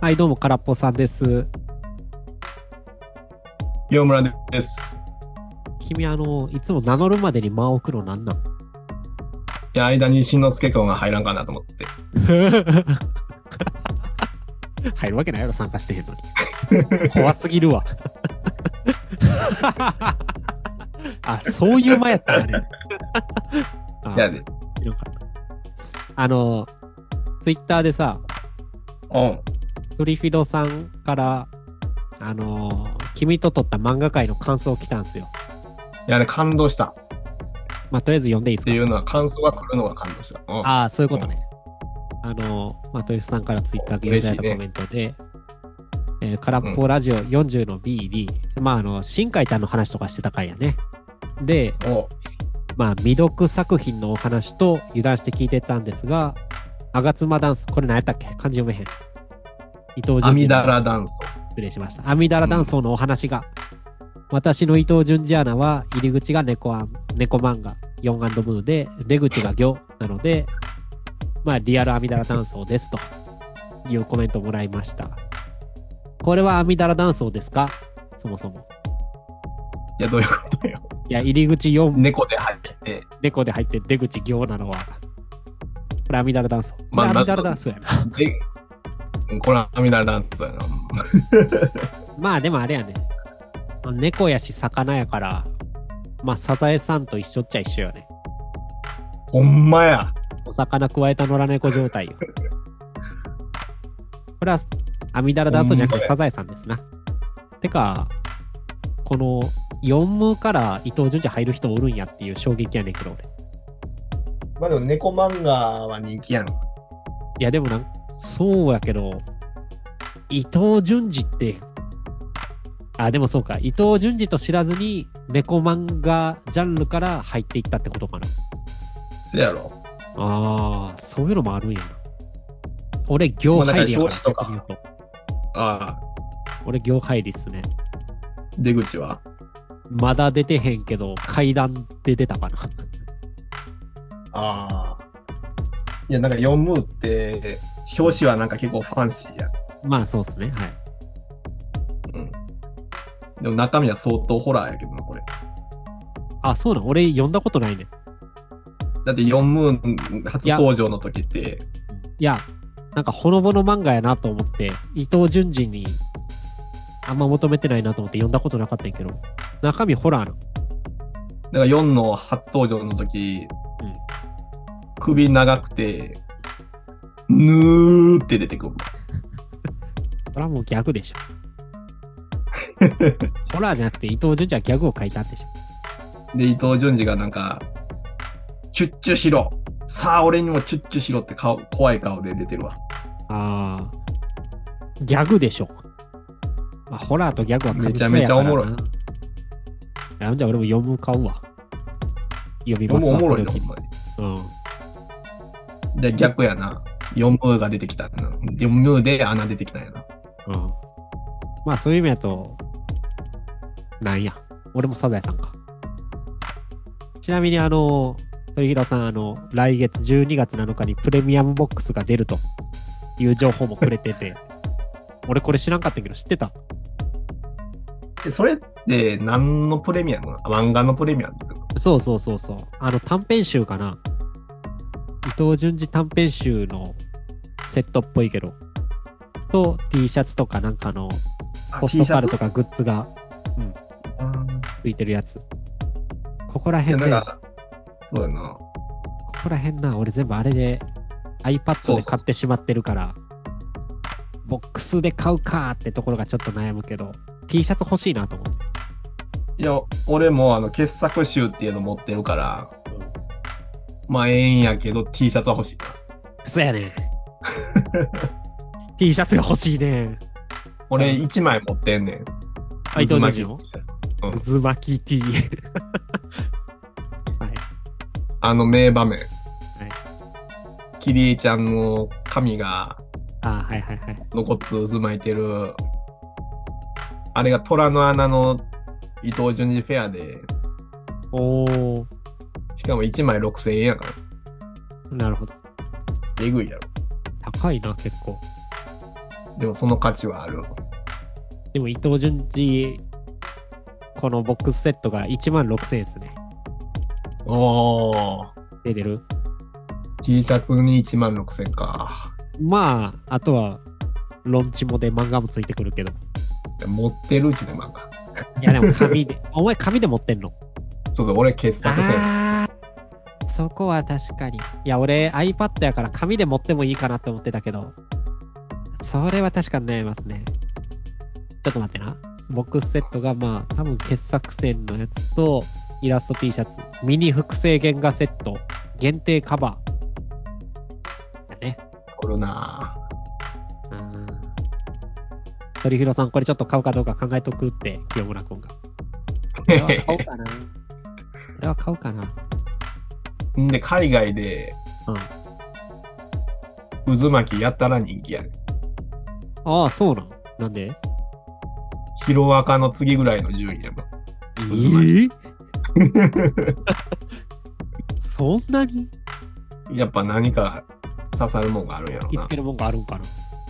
はい、どうも、空っぽさんです。 清村です。 君、いつも名乗るまでに間を置くのなんなん？ いや、間に新之助君が入らんかなと思って。 入るわけないやろ、参加してへんのに。怖すぎるわ。あ、そういう間やったんやね。あ、 いやで、 よかった。ツイッターでさ、 うん。 トリフィドさんから、君と撮った漫画界の感想来たんすよ。 いや、あれ感動したっまあ、とりあえず読んでいいですか？ ていうのは、感想が来るのが感動した。うん。 ああ、そういうこうん。 とね。まあ、トリフィドさんからツイッターで寄せられたコ嬉しいね。 メントで、空っうん。 ぽラジオ40の B に、まあ、新海ちゃんの話とかしてた回やね。で、 お、 まあ、未読作品のお話と油断して聞いてたんですが、吾妻ダンス、これ何やったっけ？漢字読めへん。伊藤阿弥陀淳二の、 羅ダンス。 失礼しました。阿弥陀羅うん。 ダンスのお話が、私の伊藤淳二アナは、入り口が猫漫画、ヨンムーで、出口が魚なので、まあ、リアル阿弥陀羅ダンスですというコメントをもらいました。これは阿弥陀羅ダンスですか？そもそも。 いや、どういうことよ。 いや、入り口4、 猫で入って、 猫で入って出口行なのは、これ阿弥陀羅ダンス。こまあ、まず、 れ阿弥陀羅ダンスやな。 で、これは阿弥陀羅ダンスだな。 まあでもあれやね。猫やし魚やから、まあサザエさんと一緒っちゃ一緒よね。 ほんまや。 お魚加えた野良猫状態よ。これは阿弥陀羅ダンスじゃなくほんまや。 てサザエさんですな。てか、この4ムーから伊藤淳二入る人おるんやっていう衝撃やねんけど俺。 まあでも、猫漫画は人気やん。 いやでもそうやけど、伊藤淳二って、あ、でもそうか。伊藤淳二と知らずに猫漫画ジャンルから入っていったってことかな。 せやろ。 ああ、そういうのもあるんやな。俺、業まあ、だから入りやから、 表紙とか、 逆に言うと。 ああ、 俺、業入りっすね。 出口は。 まだ出てへんけど、階段で出たかな。 ああ。いや、なんか読むって、表紙はなんか結構ファンシーやん。 まあ、そうっすね。はい。 うん。でも中身は相当ホラーやけどな、これ。 あ、そうなん。俺、読んだことないね。 だって読む初いや、 登場の時って、 いや、なんか、ほのぼの漫画やなと思って、伊藤淳二にあんま求めてないなと思って読んだことなかったんやけど、中身ホラーな。 だから4の初登場の時、 うん。 首長くて、ぬーって出てくる。 それはもうギャグでしょ。ホラーじゃなくて伊藤淳二はギャグを書いたんでしょ。 で、伊藤淳二がなんか、チュッチュしろ。さあ、俺にもチュッチュしろって顔、怖い顔で出てるわ。 あー、ギャグでしょ。まあ、ホラーとギャグは紙めちゃ一重やからな。 めちゃおもろい。 じゃあ俺も読む買うわ。読みますわ、 おもろいな、 これを機に。 ほんまに。 うん。 で、逆やな。4ムーが出てきたな。4ムーで穴出てきたんやな。 うん。まあそういう意味だと、なんや。俺もサザエさんか。ちなみに鳥平さん、来月12月7日にプレミアムボックスが出るという情報もくれてて、俺これ知らんかったけど知ってた？ それって何のプレミアムなの？漫画のプレミアムってこと？ そうそうそうそう。短編集かな。伊藤潤二短編集のセットっぽいけど、と T シャツとかなんかあ、 ポス T シャツ。 トカードとかグッズが、うん、ついてるやつ。ここらいや、 辺ね、こなんか、そうやな。 こら辺な、俺全部あれで iPad そうそう。 で買ってしまってるから、ボックスで買うかってところがちょっと悩むけど、T シャツ欲しいなと思って。 いや、俺も傑作集っていうの持ってるから、まあええんやけど T シャツは欲しいな。 そうやねん。T シャツが欲しいねん。 俺1枚持ってんねん。 伊渦巻き藤潤二の T シャツ。うん。 渦巻き T。はい。 あの名場面。 はい。 キリエちゃんの髪がはいはいはい。 残って渦巻いてる。あれが虎の穴の伊藤潤二フェアで、 おー、 しかも1枚6000円やかなるほど。 ら。えぐいやろ。 高いな、結構。 でもその価値はある。 でも伊藤潤二、このボックスセットが16,000円ですね。 おー。 出てる？ T シャツに16,000か。 まあ、あとは、ロンチモで漫画もついてくるけど。 持ってるうちで漫画。 いやでも紙で、お前紙で持ってんの？ そうそう、俺傑作戦。 あー、そこは確かに。いや、俺 iPad やから紙で持ってもいいかなって思ってたけど、それは確かに悩みますね。ちょっと待ってな。ボックスセットがまあ、多分傑作選のやつと、イラスト T シャツ、ミニ複製原画セット、限定カバー。だね。 これなうん。鳥広さん、これちょっと買うかどうか考えとくって、清村君が。これは買おうかな。これは買うかな。 んで、海外で、渦巻きやったら人気やね。 ああ、そうなん。なんで？ ヒロアカの次ぐらいの順位やもん。 そんなにやっぱ何か刺さるもんがあるんやろな引きつ。けるもんがあるんかな。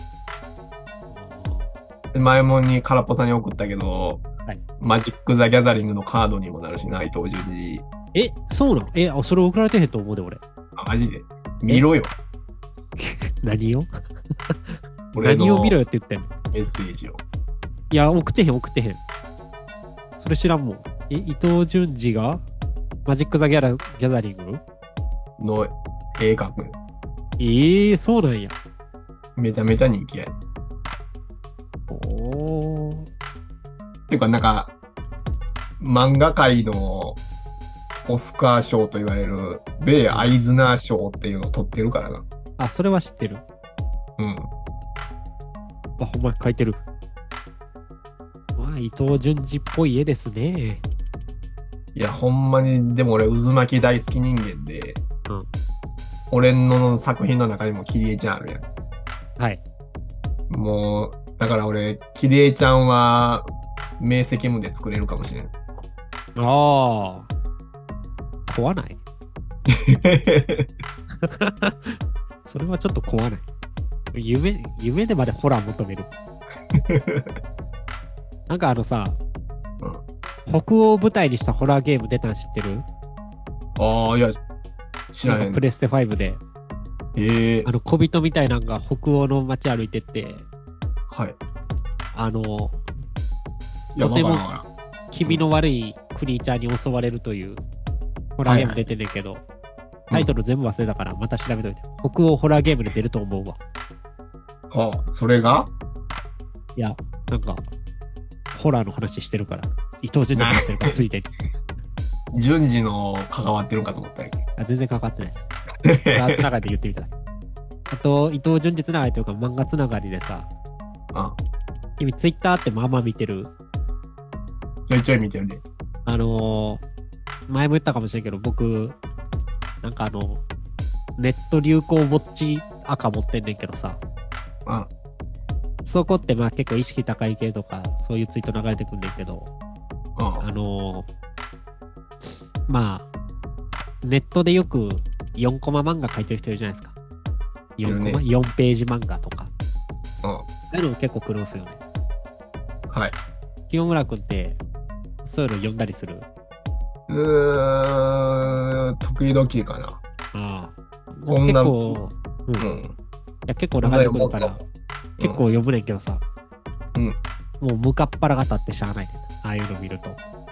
で前もに空っぽさんに送ったけど、 はい、 マジック・ザ・ギャザリングのカードにもなるしな、伊藤潤二。 え、そうなん？え、それ送られてへんと思うで、俺。 マジで。見ろよ。 何を俺の何を見ろよって言ってんの？ メッセージを。 いや、送ってへん。それ知らんもん。伊藤潤二がマジック・ザ・ギャザリングの絵描く。 そうなんや。 めちゃめちゃ人気やね。 おー。 っていうか、なんか、漫画界のオスカー賞と言われる、米アイズナー賞っていうのを取ってるからな。 あ、それは知ってる。 うん。 あ、ほんまに書いてる。まあ、伊藤潤二っぽい絵ですね。 いや、ほんまに、でも俺、渦巻き大好き人間で、 うん。 俺の作品の中にもキリエちゃんあるやん。 はい。 もう、だから俺、キリエちゃんは、明晰夢で作れるかもしれん。 ああ。怖ない？それはちょっと怖ない。夢でまでホラー求める。なんかさ、 うん、 北欧を舞台にしたホラーゲーム出たん知ってる？ ああ、いや、知らへん。 なんかプレステ5で。小人みたいなのが北欧の街歩いてって、 はい。 とても気味の悪いクリーチャーに襲われるというホラーゲーム出てんねんけど、タイトル全部忘れたからまた調べといて。北欧ホラーゲームで出ると思うわ。 あ、それが？ いや、なんか、ホラーの話してるから、伊藤潤二の話してるからついてる。 順次の関わってるかと思ったんやけど。 全然関わってないです。つながりで言ってみた。あと、伊藤潤二つながりというか漫画つながりでさ、君ツイッターってまあまあ見てる？ ちょいちょい見てるね。 前も言ったかもしれんけど、僕、なんかネット流行ウォッチ赤持ってんねんけどさ、そこってまあ結構意識高い系とか、そういうツイート流れてくんねんけど、まあ、ネットでよく4コマ漫画描いてる人いるじゃないですか。4コマ、4ページ漫画とか。ああいうの結構来るんですよね。 はい。 清村くんって、そういうの読んだりする？ 時々かな。 ああ。 そんな、 結構、いや、結構流れてくるから、結構読むねんけどさ、もうムカっ腹が立ってしゃあないねん。ああいうの見ると。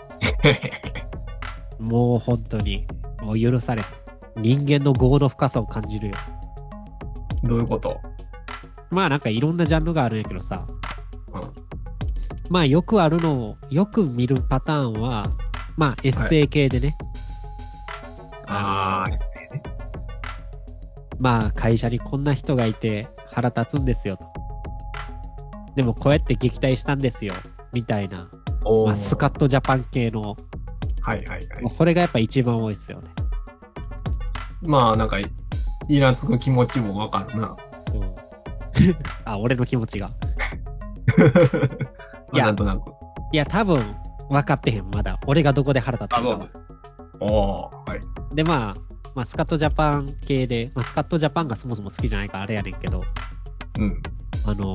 もう本当に、もう許されん。人間の業の深さを感じるよ。 どういうこと？ まあなんかいろんなジャンルがあるんやけどさ、まあよくあるのを、よく見るパターンは、まあエッセイ系でね。 エッセイね。 まあ会社にこんな人がいて腹立つんですよと。でもこうやって撃退したんですよ。みたいな。まあスカットジャパン系の。それがやっぱ一番多いですよね。 まあなんか、イラつく気持ちもわかるな。 あ、俺の気持ちが。 いや、なんとなく。 いや、多分分かってへん、まだ。俺がどこで腹立ってるかは。 はい。 で、まあ、スカットジャパン系で、まあ、スカットジャパンがそもそも好きじゃないからあれやねんけど、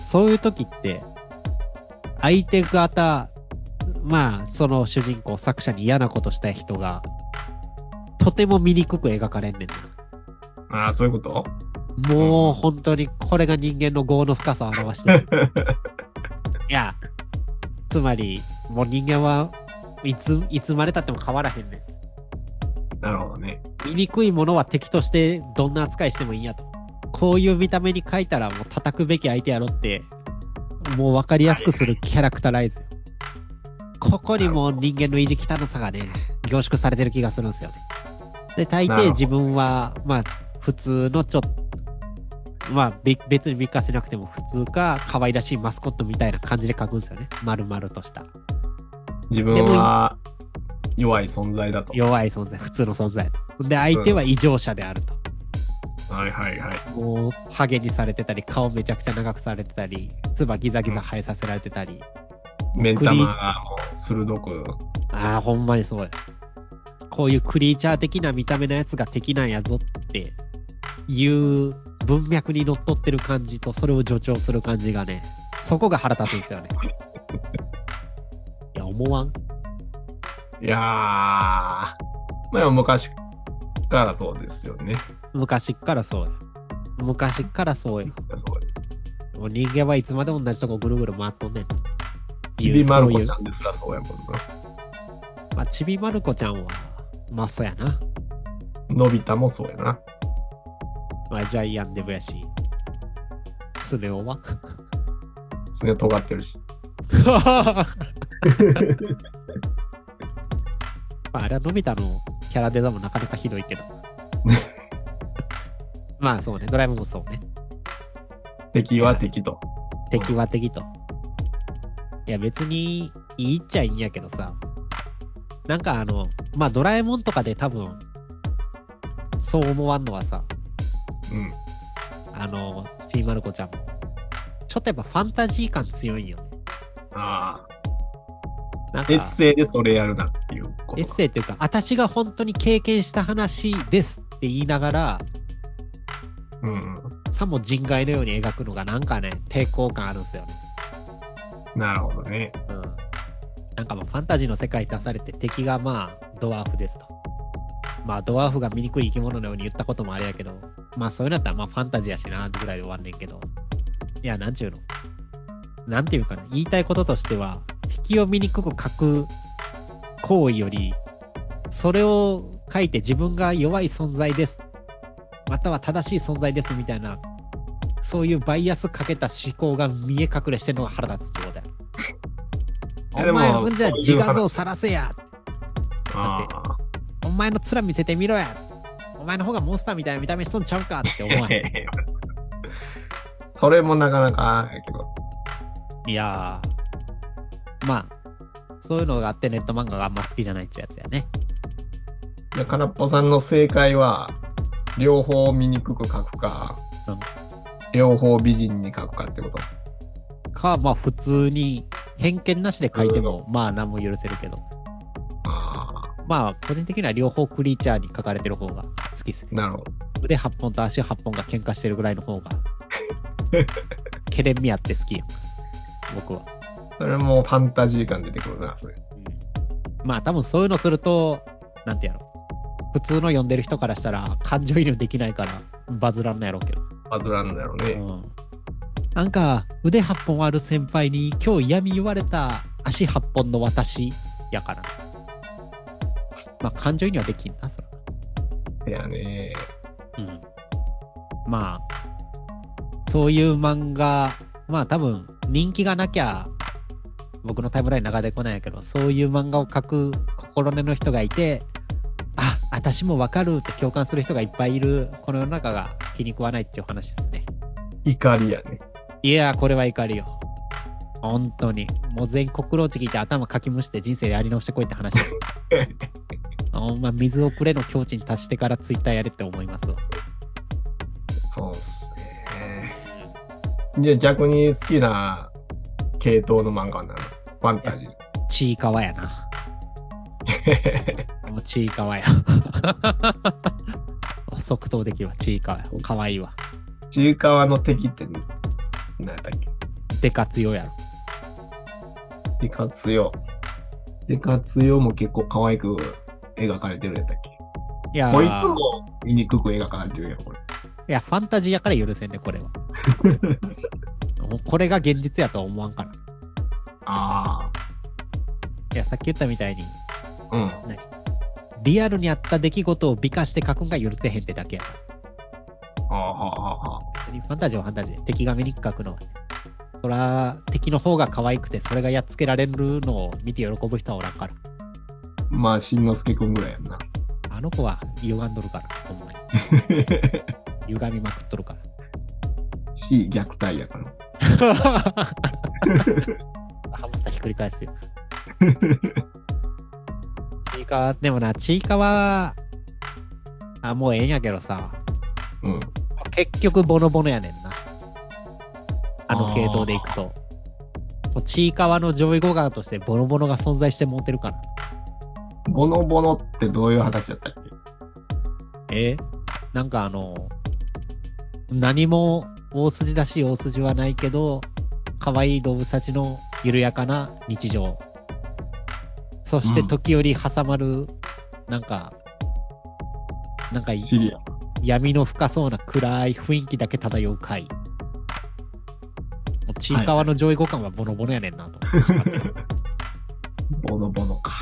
そういう時って、相手方、まあ、その主人公、作者に嫌なことした人が、とても醜く描かれんねんな。 ああ、そういうこと。 もう本当にこれが人間の業の深さを表してる。いや、つまり、もう人間いつまでたっても変わらへんねん。 なるほどね。 醜いものは敵としてどんな扱いしてもいいんやと。こういう見た目に描いたらもう叩くべき相手やろって、もう分かりやすくするキャラクターライズ。ここにもう人間の意地汚さがね、凝縮されてる気がするんですよね。で、大抵自分は、まあ、普通のまあ、別に見かせなくても普通か、可愛らしいマスコットみたいな感じで描くんですよね。丸々とした。 自分は弱い存在だと。 弱い存在、普通の存在と。で、相手は異常者であると。 はいはいはい。 もう、ハゲにされてたり、顔めちゃくちゃ長くされてたり、唾ギザギザ生えさせられてたり。 目ん玉がもう鋭く。 ああ、ほんまにそうや。こういうクリーチャー的な見た目のやつが敵なんやぞっていう文脈にのっとってる感じと、それを助長する感じがね、そこが腹立つんですよね。いや、思わん？ いやー、まあ昔からそうですよね。 昔っからそうや。昔っからそうや。もう人間はいつまで同じとこぐるぐる回っとんねん。 ちびまる子ちゃんですらそうやもんな。 まあ、ちびまる子ちゃんは、まあそうやな。 のび太もそうやな。 まあ、ジャイアンデブやし。スネ夫はすね尖ってるし。 まあ、あれはのび太のキャラデザもなかなかひどいけど。まあそうね、ドラえもんもそうね。 敵は敵と。 敵は敵と。いや別にいいっちゃいいんやけどさ。なんかまあドラえもんとかで多分、そう思わんのはさ、 うん。 ちびまる子ちゃんも。ちょっとやっぱファンタジー感強いんよね。 ああ。 なんかエッセイでそれやるなっていうこと。 エッセイっていうか、私が本当に経験した話ですって言いながら、 うん。 さも人外のように描くのがなんかね、抵抗感あるんですよね。 なるほどね。 うん。なんかまあファンタジーの世界出されて敵がまあドワーフですと。まあドワーフが醜い生き物のように言ったこともあれやけど、まあそういうのだったらまあファンタジーやしなってぐらいで終わんねんけど。いや、なんちゅうの。なんていうかな。言いたいこととしては、敵を醜く描く行為より、それを書いて自分が弱い存在です。または正しい存在ですみたいな、そういうバイアスかけた思考が見え隠れしてるのが腹立つってことだよ。お前ほんじゃ自画像さらせや。だってお前の面見せてみろや。お前の方がモンスターみたいな見た目しとんちゃうかって思わへん。 それもなかなかやけど。 いやー、まあそういうのがあってネット漫画があんま好きじゃないってやつやね。 で、空っぽさんの正解は、両方醜く描くか、 うん、 両方美人に描くかってことか、まあ普通に偏見なしで描いても、まあ何も許せるけど。まあ個人的には両方クリーチャーに描かれてる方が好きですね。 なるほど。 腕8本と足8本が喧嘩してるぐらいの方が、ケレン味あって好きやん。僕は。 それもファンタジー感出てくるな、それ。 まあ多分そういうのすると、なんてやろ。普通の読んでる人からしたら感情移入できないからバズらんのやろうけど。 バズらんだろうね。 うん。なんか腕8本ある先輩に今日嫌味言われた足8本の私やから。まあ感情移入はできんな、それ。 いやね。 うん。まあ、そういう漫画、まあ多分人気がなきゃ僕のタイムライン流れてこないけど、そういう漫画を描く心根の人がいて、あ、私もわかるって共感する人がいっぱいいるこの世の中が気に食わないっていう話ですね。 怒りやね。 いやー、これは怒りよ。本当に。もう全コクローチ聞いて頭かきむして人生やり直してこいって話。お前水をくれの境地に達してからツイッターやれって思いますわ。 そうっすね。じゃあ逆に好きな系統の漫画は何なの？ファンタジー。 ちいかわやな。もうちいかわや。即答できるわ、ちいかわや。かわいいわ。 ちいかわの敵って何やったっけ？ デカ強やろ。 デカツヨ。デカツヨも結構可愛く描かれてるやったっけ。 いやー、 こいつも醜く描かれてるやん、これ。 いや、ファンタジーやから許せんね、これは。もうこれが現実やとは思わんから。 あいや、さっき言ったみたいに、 あ。うん。 リアルにあった出来事を美化して書くんが許せへんってだけやから。 はあはあはあはあ。 別にファンタジーはファンタジーで敵が目に書くのはね。そら、敵の方が可愛くて、それがやっつけられるのを見て喜ぶ人はおらんから。 まあ、しんのすけくんぐらいやんな。 あの子は歪んどるから、ほんまに。歪みまくっとるから。 し、虐待やから。 ハムスターひっくり返すよ。ちいかわ、でもな、ちいかわ、もうええんやけどさ、 うん。 結局ボノボノやねんな。あの系統でいくと。ちいかわの上位互換としてボノボノが存在して持ってるから。 ボノボノってどういう話だったっけ。 なんか何も大筋らしい大筋はないけど、可愛い動物たちの緩やかな日常。そして時折挟まる、なんかシリアス。 闇の深そうな暗い雰囲気だけ漂う回。ちいかわの上位互換はボノボノやねんなと思ってしまってる。 ボノボノか。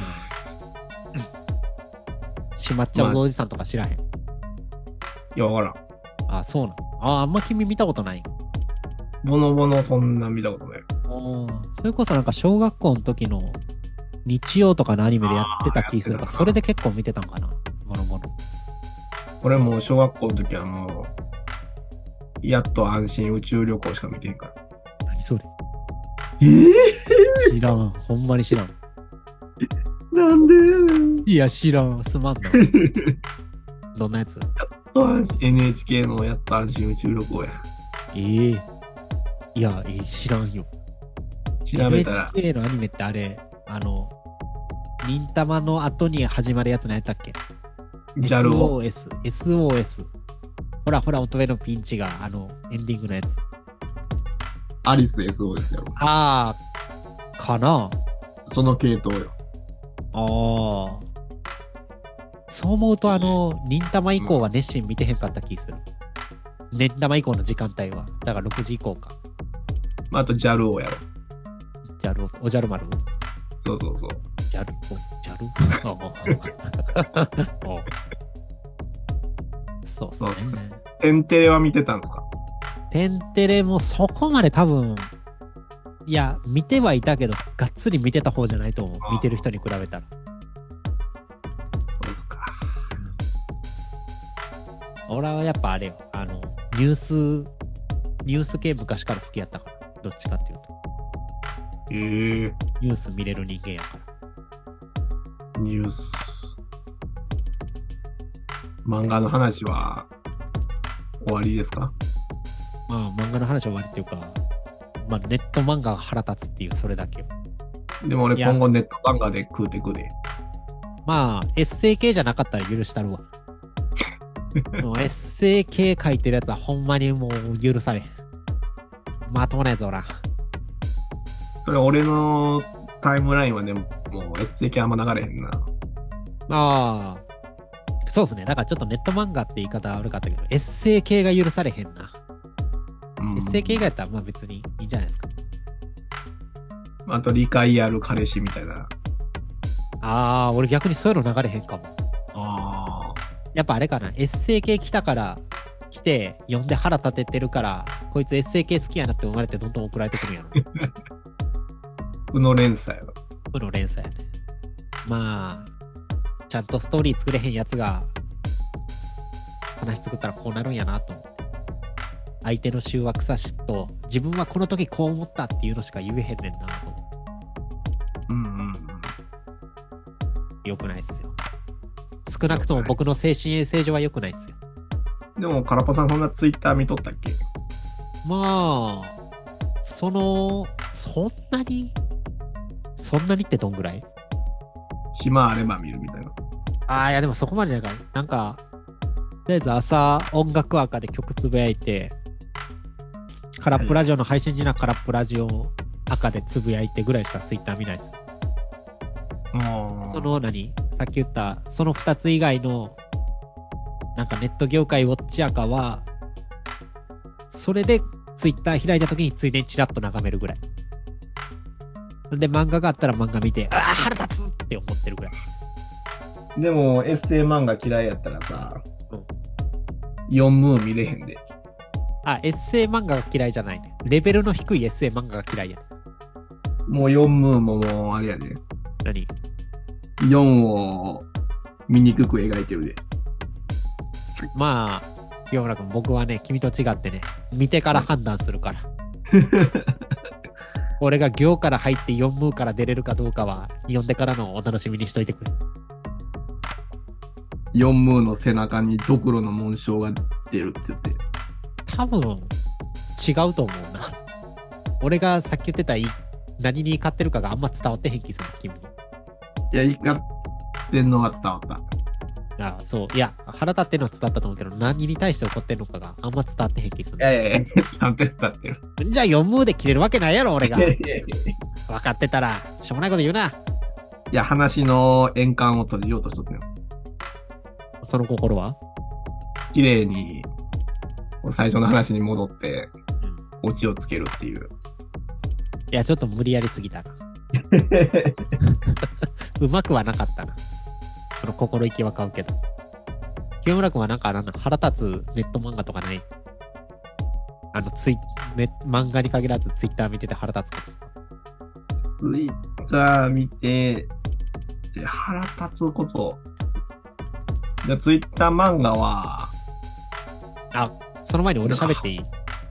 しまっちゃうおじさんとか知らへん。 いや、わからん。 あ、そうなの。あんま君見たことない。 ボノボノそんな見たことない。 それこそなんか小学校の時の日曜とかのアニメでやってた気するから、それで結構見てたんかな。ボノボノ。 俺もう小学校の時はもう、やっと安心宇宙旅行しか見てへんから。 何それ。 知知らん。ほんまに知らん。 なんでいや、知らん。すまんな。どんなやつ。 NHK のやっと安心宇宙旅行や。 いや、知らんよ。 調べたら。 NHK のアニメってあれ、忍たまの後に始まるやつ何やったっけ？ SOS。ほら、乙女のピンチが、エンディングのやつ。 アリス SOS やろ。 かな。 その系統よ。 そう思うと、忍たま以降は熱心見てへんかった気する。忍たま以降の時間帯は。だから6時以降か。 あと、ジャルオやろ。 おじゃる丸。 そうそうそう。 ジャルそうっすね。 テンテレは見てたんですか？ テンテレもそこまで多分、いや、見てはいたけど、がっつり見てた方じゃないと思う。見てる人に比べたら。 そうですか。 俺はやっぱあれよ。ニュース系昔から好きやったから。どっちかっていうと。ニュース見れる人間やから。 ニュース。漫画の話は終わりですか？ まあ、漫画の話は終わりっていうか、まあ、ネット漫画が腹立つっていう、それだけよ。 でも俺今後ネット漫画で食うてくで。 まあ、エッセイ系じゃなかったら許したるわ。もうエッセイ系書いてるやつはほんまにもう許されへん。まともなやつおらん。 それ俺のタイムラインはね、もうエッセイ系あんま流れへんな。 そうですね。だからちょっとネット漫画って言い方悪かったけど、エッセイ系が許されへんな。エッセイ系がやったらまあ別にいいんじゃないですか。 あと理解ある彼氏みたいな。 俺逆にそういうの流れへんかも。やっぱあれかな。エッセイ系来て、読んで腹立ててるから、こいつエッセイ系好きやなって思われてどんどん送られてくるんやろ。 負の連鎖やろ。 負の連鎖やね。まあ、ちゃんとストーリー作れへんやつが、話作ったらこうなるんやなと思って。相手の醜悪さしと、自分はこの時こう思ったっていうのしか言えへんねんなと思って。よくないっすよ。少なくとも僕の精神衛生上は良くないっすよ。 でも、カラポさんそんなツイッター見とったっけ？ まあ、そんなにってどんぐらい？ 暇あれば見るみたいな。 いやでもそこまでじゃないか。なんか、とりあえず朝音楽赤で曲つぶやいて、 空っぽラジオの配信時な空っぽラジオ赤でつぶやいてぐらいしかツイッター見ないです。そのさっき言ったその2つ以外のなんかネット業界ウォッチ赤はそれでツイッター開いた時についでにチラッと眺めるぐらい。で漫画があったら漫画見て、ああ腹立つって思ってるぐらい。 でもエッセイ漫画嫌いやったらさ、4ムー見れへんで。 あ、エッセイ漫画が嫌いじゃないね。レベルの低いエッセイ漫画が嫌いやね。 もう4ムーももうあれやで。 何 ?4 を醜く描いてるで。 まあ、清村君、僕はね、君と違ってね、見てから判断するから。俺が行から入って4ムーから出れるかどうかは、読んでからのお楽しみにしといてくれ。 4ムーの背中にドクロの紋章が出るって言って。 多分、違うと思うな。俺がさっき言ってた何に怒ってるかがあんま伝わってへん気する、君に。 いや、怒ってんのが伝わった。 ああ、そう。いや、腹立ってるのは伝わったと思うけど、何に対して怒ってんのかがあんま伝わってへん気する。 いやいやいや、伝わってる伝わってる。 じゃあ4ムーで切れるわけないやろ、俺が。 いやいやい分かってたら、しょうもないこと言うな。 や、話の円環を閉じようとしとったよ。 その心は綺麗に、最初の話に戻って、オチをつけるっていう。 いや、ちょっと無理やりすぎたな。うまくはなかったな。その心意気は買うけど。清村君はなんか腹立つネット漫画とかない？漫画に限らずツイッター見てて腹立つこととか。 ツイッター見て、腹立つこと。じゃツイッター漫画は、 あ、その前に俺喋っていい？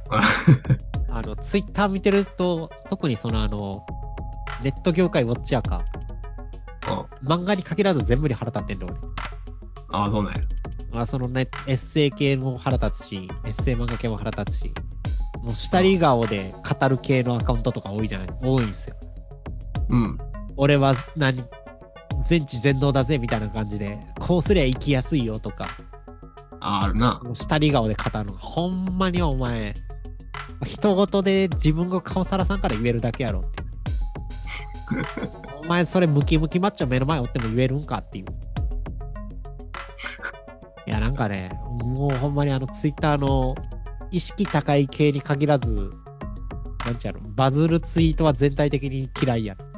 ツイッター見てると、特にネット業界ウォッチャーか。漫画に限らず全部に腹立ってんだ俺。 ああ、そうなんや。 そのね、エッセイ系も腹立つし、エッセイ漫画系も腹立つし、もう下り顔で語る系のアカウントとか多いんですよ。 うん。 俺は全知全能だぜみたいな感じで、こうすりゃ生きやすいよとか。 あるな。 もう下り顔で語るの。ほんまにお前、人事で自分が顔さらさんから言えるだけやろって。お前それムキムキマッチョ目の前おっても言えるんかっていう。いやなんかね、もうほんまにツイッターの意識高い系に限らず、なんちゃうの、バズるツイートは全体的に嫌いやろ。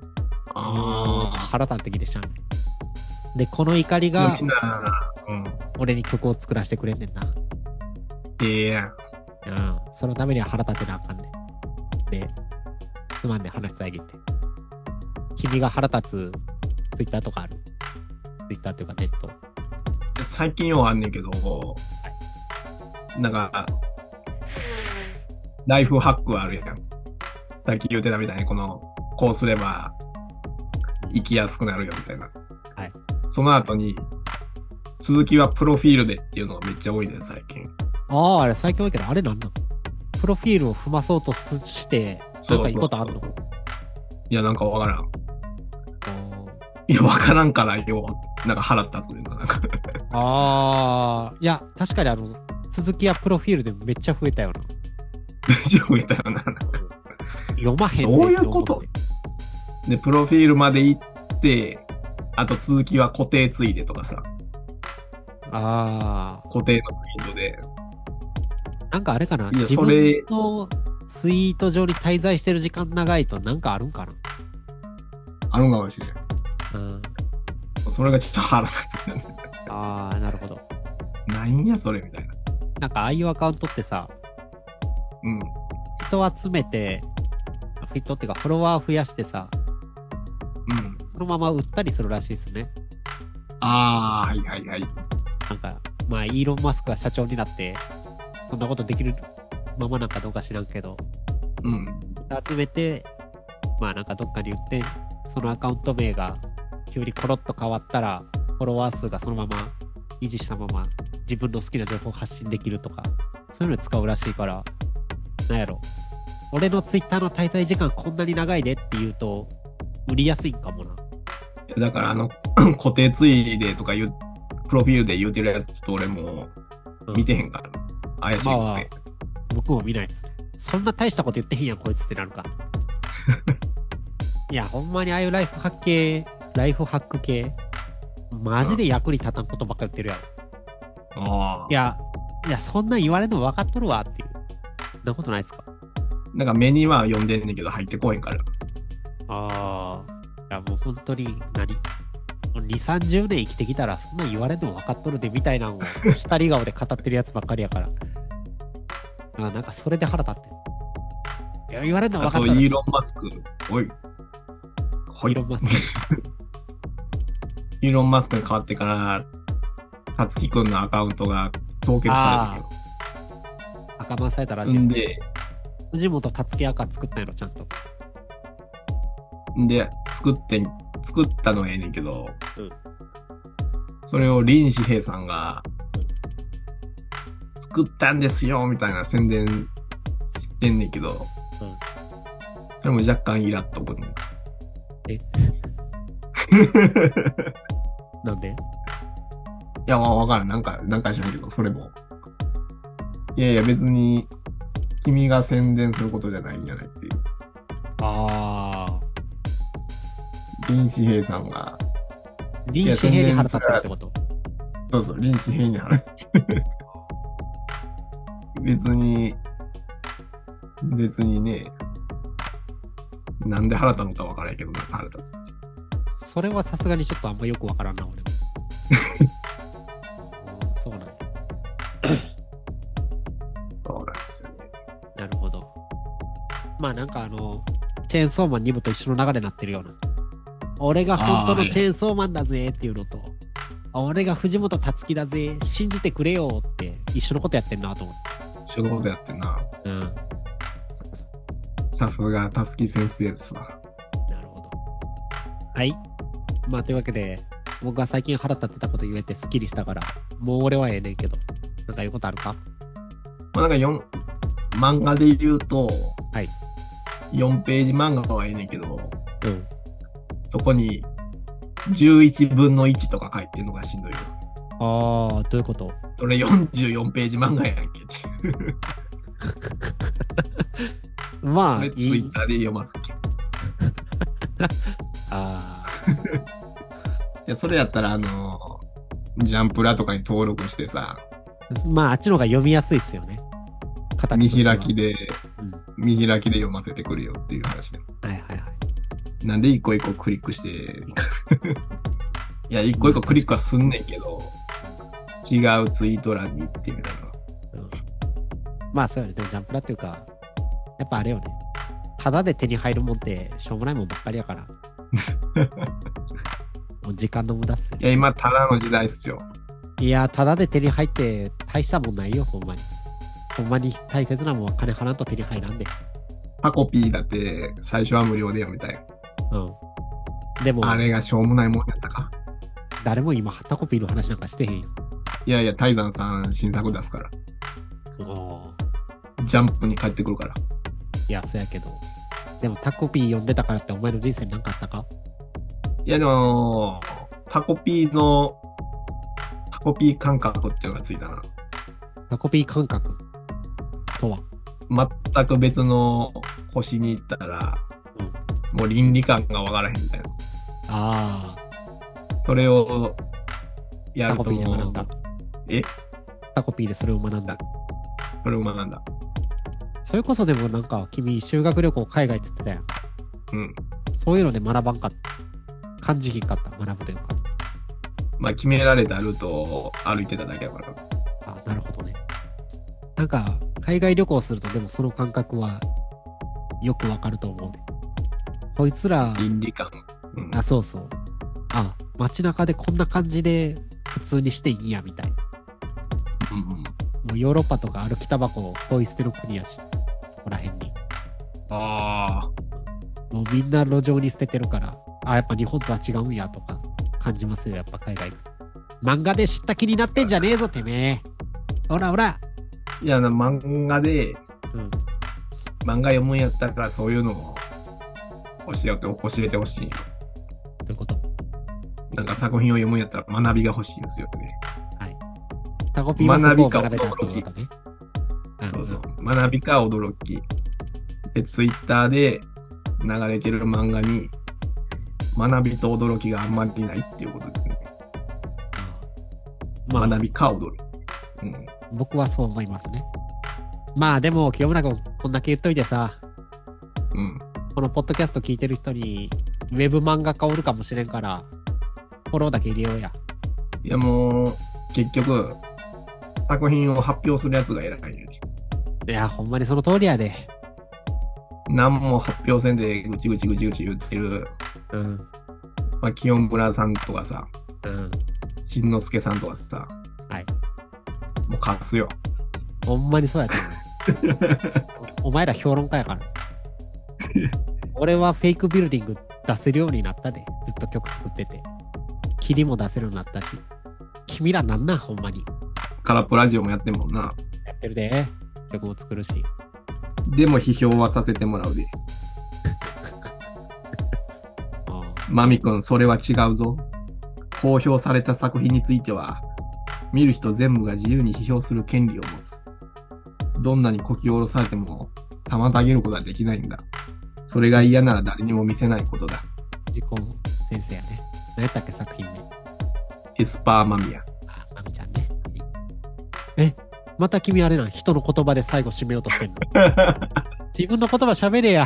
腹立ってきてしゃんねん。で、この怒りが、俺に曲を作らせてくれんねんな。そのためには腹立てなあかんねん。で、つまんねん話遮って。君が腹立つツイッターとかある？ツイッターっていうかネット。 最近ようあんねんけど、なんか、ライフハックあるやん。さっき言ってたみたいに、こうすれば生きやすくなるよみたいな。 はい。 その後に、続きはプロフィールでっていうのがめっちゃ多いね、最近。 あれ最近多いけど、あれなんなん？プロフィールを踏まそうとして、なんかいいことあるの？ いや、なんかわからん。いや、わからんからよ、なんか腹立つねんな、なんか。 いや、確かに続きはプロフィールでめっちゃ増えたよな。 めっちゃ増えたよな、なんか。 読まへんねんどういうこと？で、プロフィールまで行って、あと続きは固定ツイートとかさ。固定のツイートで。 なんかあれかな、自分のツイート上に滞在してる時間長いとなんかあるんかな？ あるんかもしれん。それがちょっと腹立つね。 なるほど。 なんやそれみたいな。 なんかああいうアカウントってさ、人集めて、人っていうかフォロワー増やしてさ、そのまま売ったりするらしいですね。 はいはいはい。 なんか、まあイーロン・マスクが社長になって、そんなことできるままなんかどうか知らんけど、集めて、まあなんかどっかに売って、そのアカウント名が急にコロッと変わったら、フォロワー数がそのまま維持したまま自分の好きな情報を発信できるとか、そういうのに使うらしいから、なんやろ。俺のツイッターの滞在時間こんなに長いでって言うと、売りやすいんかもな。 だから固定ツイでとかプロフィールで言うてるやつちょっと俺も見てへんから、怪しいって。 僕も見ないっすね。 そんな大したこと言ってへんやん、こいつってなるか。いや、ほんまにああいうライフハック系、マジで役に立たんことばっか言ってるやろ。 ああ。 いや、そんなん言われるの分かっとるわっていう。そんなことないっすか？ なんか目には読んでんねんけど入ってこへんから。 ああ。いや、もう本当に2、30年生きてきたら、そんなん言われるの分かっとるでみたいなのを、下り顔で語ってるやつばっかりやから。なんかそれで腹立ってる。いや、言われるの分かっとる。 あと、イーロン・マスク。おい。 イーロン・マスク。 イーロン・マスクに変わってから、たつきくんのアカウントが凍結された赤番されたらしけど。 いです。 で、 藤本達樹アカ作ったんやろ、ちゃんと。 で、作ったのはええねんけど、 うん、 それを林志平さんが、作ったんですよ、みたいな宣伝してんねんけど、それも若干イラっとくるねん。 えなんで？ いや、わからん。なんか知らんけど、それも。いやいや、別に、君が宣伝することじゃないんじゃないっていう。林志平さんが。 林志平に腹立ってるってこと？ そうそう、林志平に腹立ってる。別にね、なんで腹立つのかわからないけど、なんか腹立つ。 それはさすがにちょっとあんまよくわからんな、俺も。そうなんだ。 そうなんですよね。 なるほど。まあなんかチェーンソーマン2部と一緒の流れになってるような。俺が本当のチェーンソーマンだぜっていうのと、俺が藤本達樹だぜ、信じてくれよって一緒のことやってんなと思って。 一緒のことやってんな。 うん。 さすが達樹先生ですわ。 なるほど。はい。まあというわけで、僕が最近腹立ってたこと言えてスッキリしたから、もう俺はええねんけど、なんか言うことあるか？ まあなんか漫画で言うと、 はい。 4ページ漫画はええねんけど、 うん。 そこに11分の1とか書いてるのがしんどいよ。 どういうこと？ それ44ページ漫画やんけっていう。 まあ、 ツイッターで読ますっけ。いや、それやったらジャンプラとかに登録してさ、 まあ、あっちの方が読みやすいっすよね。 見開きで、 うん、 見開きで読ませてくるよっていう話で。 はいはいはい。 なんで一個一個クリックして、いや、一個一個クリックはすんねんけど、違うツイート欄に行ってみたいな。 うん、まあ、そうよね。でもジャンプラっていうか、やっぱあれよね。ただで手に入るもんってしょうもないもんばっかりやから。もう時間の無駄っすよ。 いや、今、ただの時代っすよ。 いや、ただで手に入って大したもんないよ、ほんまに。ほんまに大切なもんは金払わんと手に入らんで。 タコピーだって最初は無料で読みたい。 うん。でも、 あれがしょうもないもんやったか。 誰も今、タコピーの話なんかしてへんよ。 いやいや、タイザンさん新作出すから。ジャンプに帰ってくるから。 いや、そうやけど。でもタコピー読んでたからってお前の人生に何かあったか？ いや、でも、タコピー感覚っていうのがついたな。 タコピー感覚とは？ 全く別の星に行ったら、もう倫理観がわからへんみたいな。それをやると。 タコピーで学んだ。タコピーでそれを学んだ。 それを学んだ。 それこそでもなんか君修学旅行海外っつってたやん。 うん。 そういうので学ばんかった。感じひんかった。学ぶというか。 まあ決められたルートを歩いてただけだから。 なるほどね。なんか海外旅行するとでもその感覚はよくわかると思うね。こいつら。 倫理観。 うん、そうそう。街中でこんな感じで普通にしていいやみたいな。もうヨーロッパとか歩きタバコをポイ捨てる国やし、そこら辺に。もうみんな路上に捨ててるから、やっぱ日本とは違うんやとか感じますよ、やっぱ海外行くと。漫画で知った気になってんじゃねえぞ、てめえ。ほらほら。 いや、漫画で、漫画読むんやったからそういうのを教えてほしい。どういうこと？ なんか作品を読むんやったら学びが欲しいんですよね。 はい。タコピーはそこを学べたってことね。 そうそう。学びか驚き。で、ツイッターで流れてる漫画に、学びと驚きがあんまりないっていうことですね。 まあ、 学びか驚き。うん。 僕はそう思いますね。まあでも、清村君こんだけ言っといてさ、 うん。 このポッドキャスト聞いてる人に、ウェブ漫画家おるかもしれんから、フォローだけ入れようや。 いやもう、結局、作品を発表するやつが偉いよね。 いや、ほんまにその通りやで。 何も発表せんでぐちぐちぐちぐち言ってる、 うん。 まあ、清村さんとかさ、 うん。 しんのすけさんとかさ、 はい。 もう貸すよ。 ほんまにそうやと思う。お前ら評論家やから。俺はフェイクビルディング出せるようになったで。ずっと曲作ってて。霧も出せるようになったし。君らなんなん、ほんまに。 カラップラジオもやってんもんな。 やってるで。曲も作るし。 でも批評はさせてもらうで。マミ君、それは違うぞ。公表された作品については、見る人全部が自由に批評する権利を持つ。どんなにこき下ろされても妨げることはできないんだ。それが嫌なら誰にも見せないことだ。 自己先生やね。何やったっけ、作品名。 エスパーマミヤ。 あ、マミちゃんね。え、また君あれなん、人の言葉で最後締めようとしてんの。自分の言葉喋れや。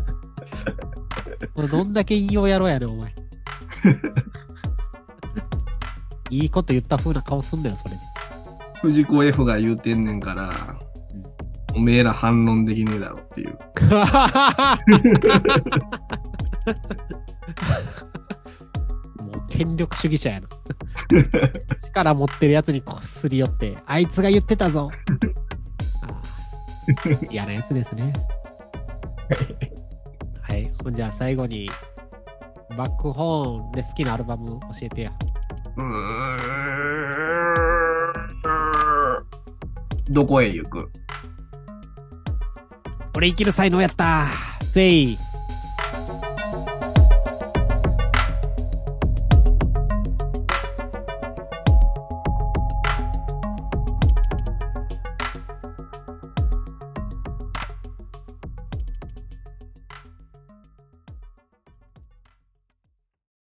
どんだけ引用やろうやねん、お前。いいこと言った風な顔すんだよ、それで。 藤子 F が言うてんねんから、おめえら反論できねえだろっていう。 もう権力主義者やな。力持ってるやつにこすり寄って、あいつが言ってたぞ。嫌なやつですね。はい。ほんじゃあ最後に、バックホーンで好きなアルバム教えてや。 どこへ行く？ 俺生きる才能やったぜい。